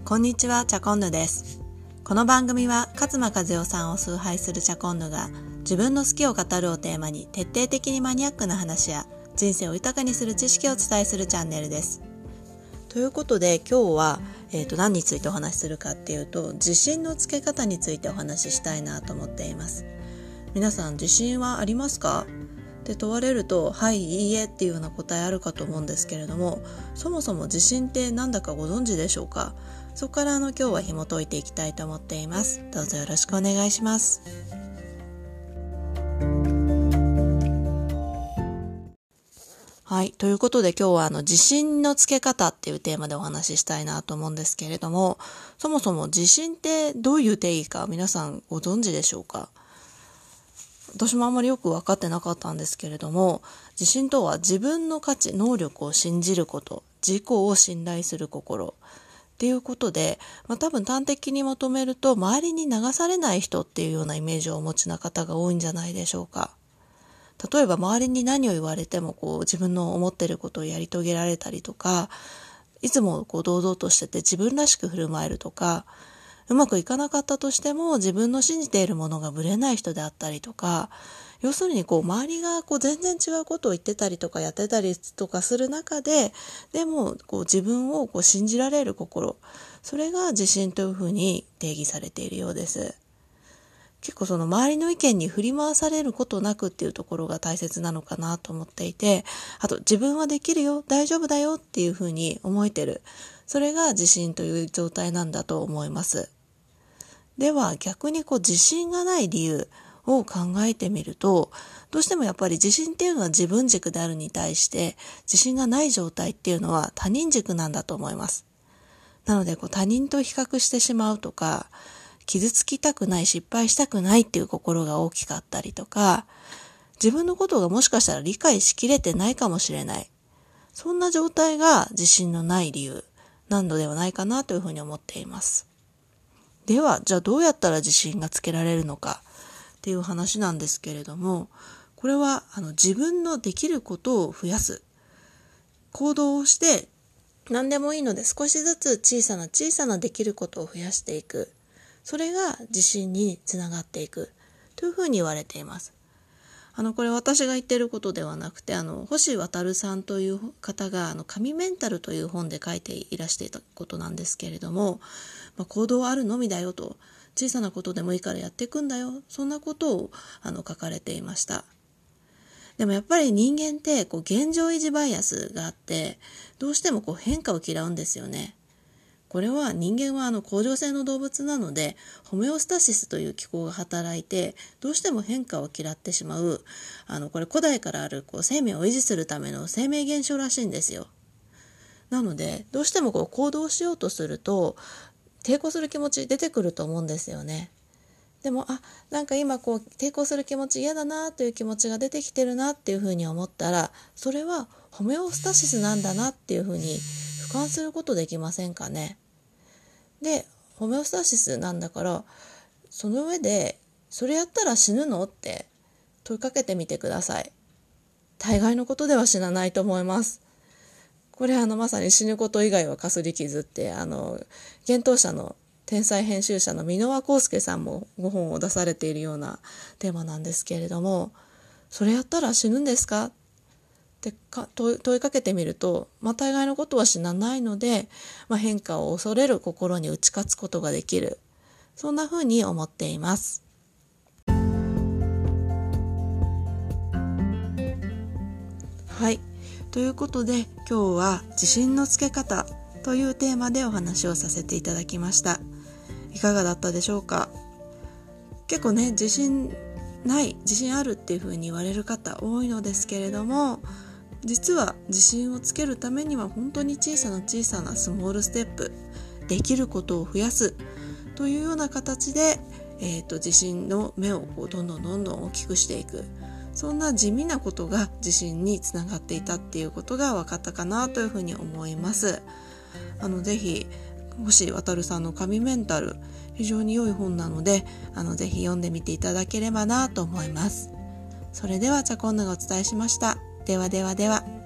こんにちは、チャコンヌです。この番組は勝間和代さんを崇拝するチャコンヌが自分の好きを語るをテーマに徹底的にマニアックな話や人生を豊かにする知識をお伝えするチャンネルです。ということで今日は、何についてお話しするかっていうと、自信のつけ方についてお話ししたいなと思っています。皆さん自信はありますかって問われると、はい、いいえっていうような答えあるかと思うんですけれども、そもそも自信って何だかご存知でしょうか。そこから今日は紐解いていきたいと思っています。どうぞよろしくお願いします。はい、ということで今日は自信のつけ方っていうテーマでお話ししたいなと思うんですけれども、そもそも自信ってどういう定義か皆さんご存知でしょうか。私もあんまりよく分かってなかったんですけれども、自信とは自分の価値、能力を信じること、自己を信頼する心っていうことで、多分端的に求めると周りに流されない人っていうようなイメージをお持ちな方が多いんじゃないでしょうか。例えば周りに何を言われても自分の思ってることをやり遂げられたりとか、いつも堂々としてて自分らしく振る舞えるとか、うまくいかなかったとしても自分の信じているものがぶれない人であったりとか、要するに周りが全然違うことを言ってたりとかやってたりとかする中で、でも自分を信じられる心、それが自信というふうに定義されているようです。結構周りの意見に振り回されることなくっていうところが大切なのかなと思っていて、あと自分はできるよ、大丈夫だよっていうふうに思えてる、それが自信という状態なんだと思います。では逆に自信がない理由を考えてみると、どうしてもやっぱり自信っていうのは自分軸であるに対して、自信がない状態っていうのは他人軸なんだと思います。なので他人と比較してしまうとか、傷つきたくない、失敗したくないっていう心が大きかったりとか、自分のことがもしかしたら理解しきれてないかもしれない、そんな状態が自信のない理由なのではないかなというふうに思っています。では、じゃあどうやったら自信がつけられるのかっていう話なんですけれども、これは自分のできることを増やす。行動をして何でもいいので少しずつ小さなできることを増やしていく。それが自信につながっていくというふうに言われています。これ私が言っていることではなくて、星渉さんという方が神メンタルという本で書いていらしていたことなんですけれども、行動はあるのみだよと、小さなことでもいいからやっていくんだよ、そんなことを書かれていました。でもやっぱり人間って現状維持バイアスがあって、どうしても変化を嫌うんですよね。これは人間は恒常性の動物なので、ホメオスタシスという機構が働いて、どうしても変化を嫌ってしまう、これ古代からある生命を維持するための生命現象らしいんですよ。なのでどうしても行動しようとすると抵抗する気持ち出てくると思うんですよね。でもなんか今抵抗する気持ち嫌だなという気持ちが出てきてるなっていうふうに思ったら、それはホメオスタシスなんだなっていうふうに俯瞰することできませんかね。で、ホメオスタシスなんだから、その上でそれやったら死ぬのって問いかけてみてください。大概のことでは死なないと思います。これまさに死ぬこと以外はかすり傷って幻冬舎の天才編集者の箕輪康介さんもご本を出されているようなテーマなんですけれども、それやったら死ぬんですかって問いかけてみると、大概のことは死なないので、変化を恐れる心に打ち勝つことができる、そんな風に思っています。はい、ということで今日は自信のつけ方というテーマでお話をさせていただきました。いかがだったでしょうか。結構ね、自信あるっていう風に言われる方多いのですけれども、実は自信をつけるためには本当に小さなスモールステップ、できることを増やすというような形で、自信の目をどんどん大きくしていく、そんな地味なことが自信につながっていたっていうことが分かったかなというふうに思います。ぜひ星渉さんの神メンタル、非常に良い本なのでぜひ読んでみていただければなと思います。それではチャコンヌがお伝えしました。ではではでは。